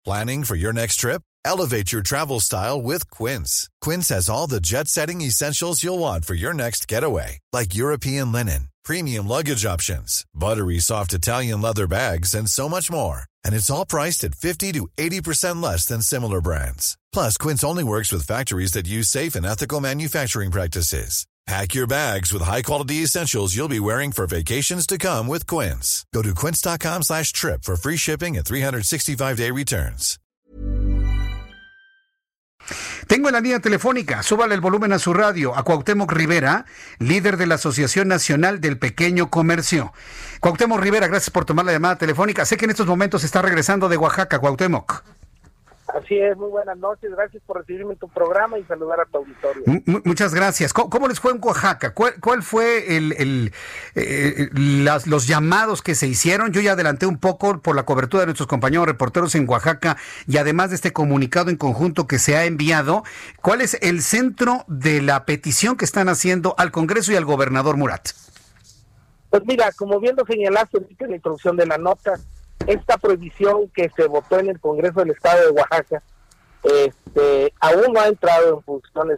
Planning for your next trip? Elevate your travel style with Quince. Quince has all the jet-setting essentials you'll want for your next getaway, like European linen, premium luggage options, buttery soft Italian leather bags, and so much more. And it's all priced at 50 to 80% less than similar brands. Plus, Quince only works with factories that use safe and ethical manufacturing practices. Pack your bags with high-quality essentials you'll be wearing for vacations to come with Quince. Go to quince.com/trip for free shipping and 365-day returns. Tengo en la línea telefónica, súbale el volumen a su radio, a Cuauhtémoc Rivera, líder de la Asociación Nacional del Pequeño Comercio. Cuauhtémoc Rivera, gracias por tomar la llamada telefónica. Sé que en estos momentos está regresando de Oaxaca, Cuauhtémoc. Así es, muy buenas noches, gracias por recibirme en tu programa y saludar a tu auditorio. Muchas gracias. ¿Cómo les fue en Oaxaca? ¿Cuál fue los llamados que se hicieron? Yo ya adelanté un poco por la cobertura de nuestros compañeros reporteros en Oaxaca y además de este comunicado en conjunto que se ha enviado, ¿cuál es el centro de la petición que están haciendo al Congreso y al gobernador Murat? Pues mira, como bien lo señalaste en la introducción de la nota, esta prohibición que se votó en el Congreso del Estado de Oaxaca aún no ha entrado en funciones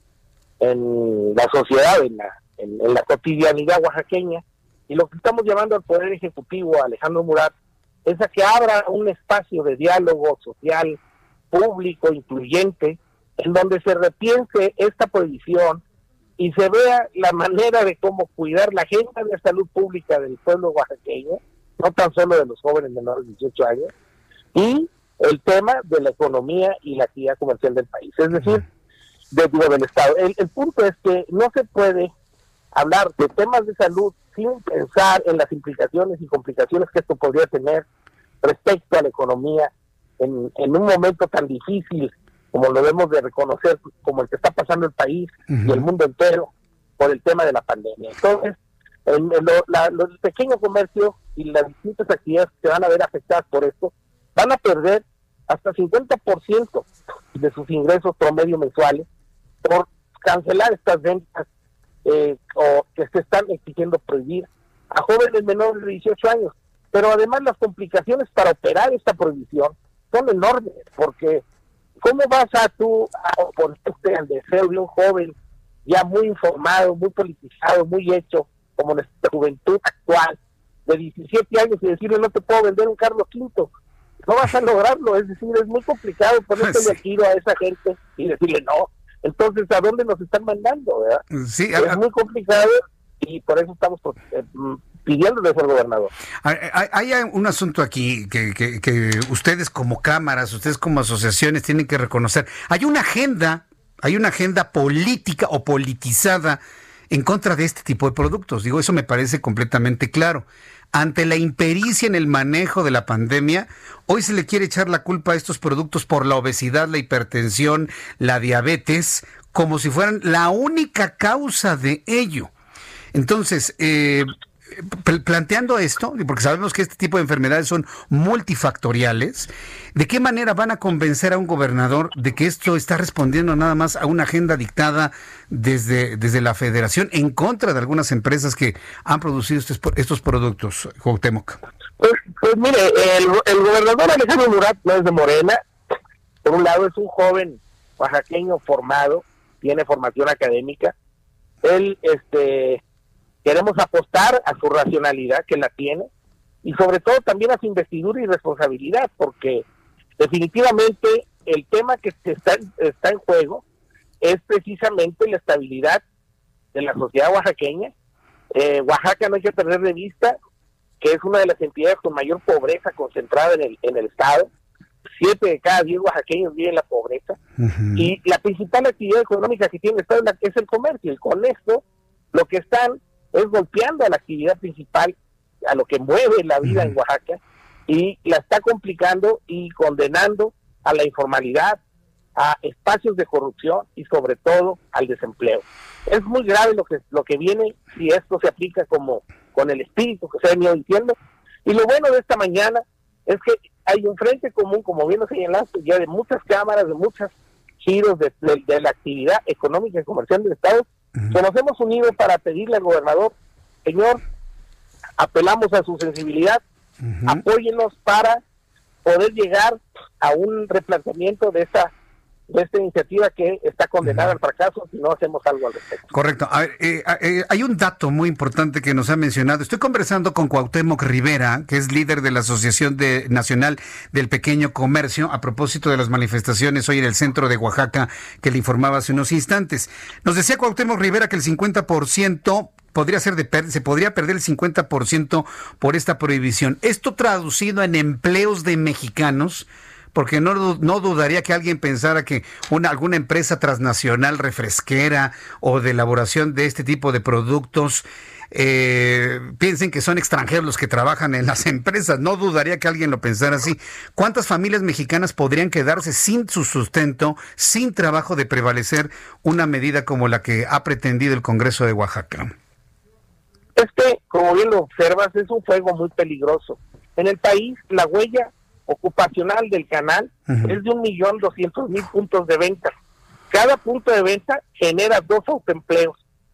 en la sociedad, en la cotidianidad oaxaqueña, y lo que estamos llamando al Poder Ejecutivo, a Alejandro Murat, es a que abra un espacio de diálogo social, público, incluyente, en donde se repiense esta prohibición y se vea la manera de cómo cuidar la agenda de salud pública del pueblo oaxaqueño, no tan solo de los jóvenes menores de 18 años, y el tema de la economía y la actividad comercial del país, es decir, del Estado. El punto es que no se puede hablar de temas de salud sin pensar en las implicaciones y complicaciones que esto podría tener respecto a la economía en un momento tan difícil como lo debemos de reconocer, como el que está pasando el país y el mundo entero por el tema de la pandemia. Entonces, el pequeño comercio y las distintas actividades que van a ver afectadas por esto van a perder hasta 50% de sus ingresos promedio mensuales por cancelar estas ventas o que se están exigiendo prohibir a jóvenes menores de 18 años. Pero además las complicaciones para operar esta prohibición son enormes, porque ¿cómo vas tú a oponerte al deseo de un joven ya muy informado, muy politizado, muy hecho, como nuestra juventud actual, de 17 años, y decirle no te puedo vender un Carlos V? No vas a lograrlo, es decir, es muy complicado ponerse de tiro a esa gente y decirle no. Entonces, ¿a dónde nos están mandando, verdad? Sí, es muy complicado y por eso estamos pidiéndoles al gobernador. Hay un asunto aquí que ustedes como cámaras, ustedes como asociaciones tienen que reconocer. Hay una agenda política o politizada en contra de este tipo de productos. Digo, eso me parece completamente claro. Ante la impericia en el manejo de la pandemia, hoy se le quiere echar la culpa a estos productos por la obesidad, la hipertensión, la diabetes, como si fueran la única causa de ello. Entonces, planteando esto, porque sabemos que este tipo de enfermedades son multifactoriales, ¿de qué manera van a convencer a un gobernador de que esto está respondiendo nada más a una agenda dictada desde la Federación en contra de algunas empresas que han producido estos productos, Cuauhtémoc? Pues mire, el gobernador Alejandro Murat no es de Morena. Por un lado es un joven oaxaqueño formado, tiene formación académica. Él queremos apostar a su racionalidad, que la tiene, y sobre todo también a su investidura y responsabilidad, porque definitivamente el tema que está en juego es precisamente la estabilidad de la sociedad oaxaqueña. Oaxaca no hay que perder de vista que es una de las entidades con mayor pobreza concentrada en el estado. 7 de cada 10 oaxaqueños viven en la pobreza, y la principal actividad económica que tiene el estado es el comercio, y con esto lo que están es golpeando a la actividad principal, a lo que mueve la vida en Oaxaca, y la está complicando y condenando a la informalidad, a espacios de corrupción y sobre todo al desempleo. Es muy grave lo que viene si esto se aplica como con el espíritu que se ha venido diciendo. Y lo bueno de esta mañana es que hay un frente común, como bien lo señalaste, ya de muchas cámaras, de muchos giros de la actividad económica y comercial del Estado, que nos hemos unido para pedirle al gobernador, señor, apelamos a su sensibilidad, apóyenos para poder llegar a un replanteamiento de esta iniciativa que está condenada al fracaso si no hacemos algo al respecto. Correcto. A ver, hay un dato muy importante que nos ha mencionado. Estoy conversando con Cuauhtémoc Rivera, que es líder de la Asociación Nacional del Pequeño Comercio, a propósito de las manifestaciones hoy en el centro de Oaxaca que le informaba hace unos instantes. Nos decía Cuauhtémoc Rivera que el 50% se podría perder el 50% por esta prohibición. Esto traducido en empleos de mexicanos, porque no dudaría que alguien pensara que alguna empresa transnacional refresquera o de elaboración de este tipo de productos piensen que son extranjeros los que trabajan en las empresas. No dudaría que alguien lo pensara así. ¿Cuántas familias mexicanas podrían quedarse sin su sustento, sin trabajo, de prevalecer una medida como la que ha pretendido el Congreso de Oaxaca? Es que, como bien lo observas, es un fuego muy peligroso. En el país, la huella ocupacional del canal es de 1.200.000 puntos de venta. Cada punto de venta genera 2 autoempleos.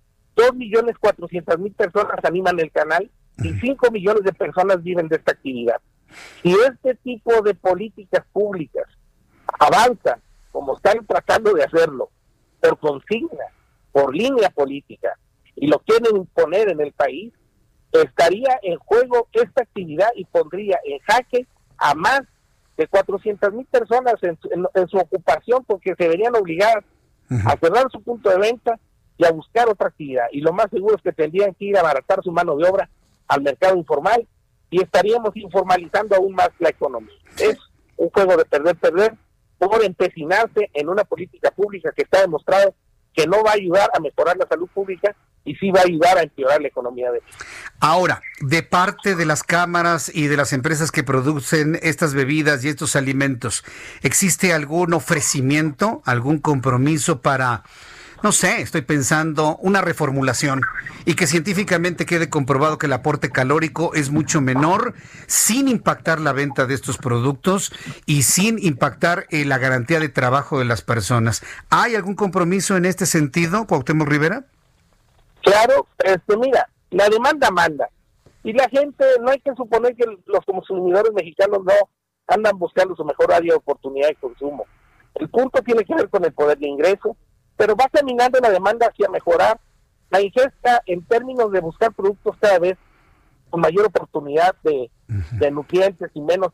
2.400.000 personas animan el canal y 5 millones de personas viven de esta actividad. Si este tipo de políticas públicas avanzan como están tratando de hacerlo, por consigna, por línea política, y lo quieren imponer en el país, estaría en juego esta actividad y pondría en jaque a más de 400.000 personas en su ocupación, porque se verían obligadas a cerrar su punto de venta y a buscar otra actividad. Y lo más seguro es que tendrían que ir a abaratar su mano de obra al mercado informal y estaríamos informalizando aún más la economía. Es un juego de perder por empecinarse en una política pública que está demostrado que no va a ayudar a mejorar la salud pública y sí va a ayudar a empeorar la economía de México. Ahora, de parte de las cámaras y de las empresas que producen estas bebidas y estos alimentos, ¿existe algún ofrecimiento, algún compromiso para, no sé, estoy pensando, una reformulación y que científicamente quede comprobado que el aporte calórico es mucho menor, sin impactar la venta de estos productos y sin impactar la garantía de trabajo de las personas? ¿Hay algún compromiso en este sentido, Cuauhtémoc Rivera? Claro, mira, la demanda manda. Y la gente, no hay que suponer que los consumidores mexicanos no andan buscando su mejor área de oportunidad de consumo. El punto tiene que ver con el poder de ingreso, pero va caminando la demanda hacia mejorar la ingesta en términos de buscar productos cada vez con mayor oportunidad de nutrientes y menos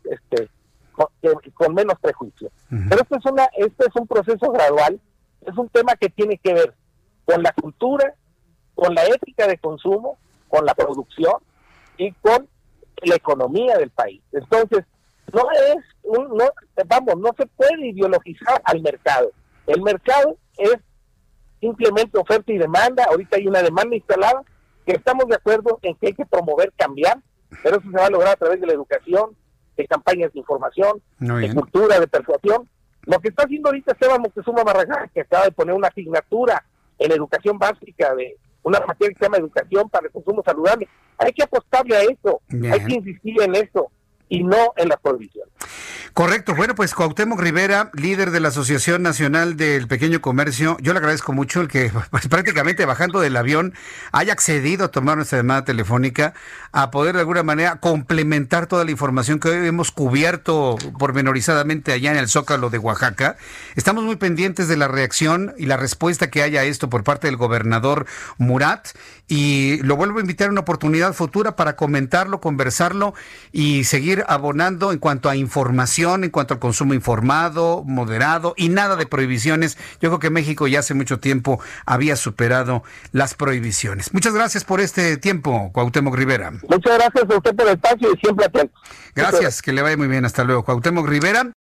con menos prejuicio. Pero este es un proceso gradual, es un tema que tiene que ver con la cultura, con la ética de consumo, con la producción y con la economía del país. Entonces, no se puede ideologizar al mercado. El mercado es simplemente oferta y demanda. Ahorita hay una demanda instalada que estamos de acuerdo en que hay que promover, cambiar, pero eso se va a lograr a través de la educación, de campañas de información, de cultura, de persuasión. Lo que está haciendo ahorita Esteban Moctezuma Barragán, que acaba de poner una asignatura en educación básica de una materia que se llama educación para el consumo saludable, hay que apostarle a eso, hay que insistir en eso y no en la prohibición. Correcto. Bueno, pues Cuauhtémoc Rivera, líder de la Asociación Nacional del Pequeño Comercio, yo le agradezco mucho el que pues, prácticamente bajando del avión haya accedido a tomar nuestra llamada telefónica, a poder de alguna manera complementar toda la información que hoy hemos cubierto pormenorizadamente allá en el Zócalo de Oaxaca. Estamos muy pendientes de la reacción y la respuesta que haya a esto por parte del gobernador Murat, y lo vuelvo a invitar a una oportunidad futura para comentarlo, conversarlo y seguir abonando en cuanto a información, en cuanto al consumo informado, moderado y nada de prohibiciones. Yo creo que México ya hace mucho tiempo había superado las prohibiciones. Muchas gracias por este tiempo, Cuauhtémoc Rivera. Muchas gracias a usted por el espacio y siempre atento. Gracias, que le vaya muy bien. Hasta luego. Cuauhtémoc Rivera,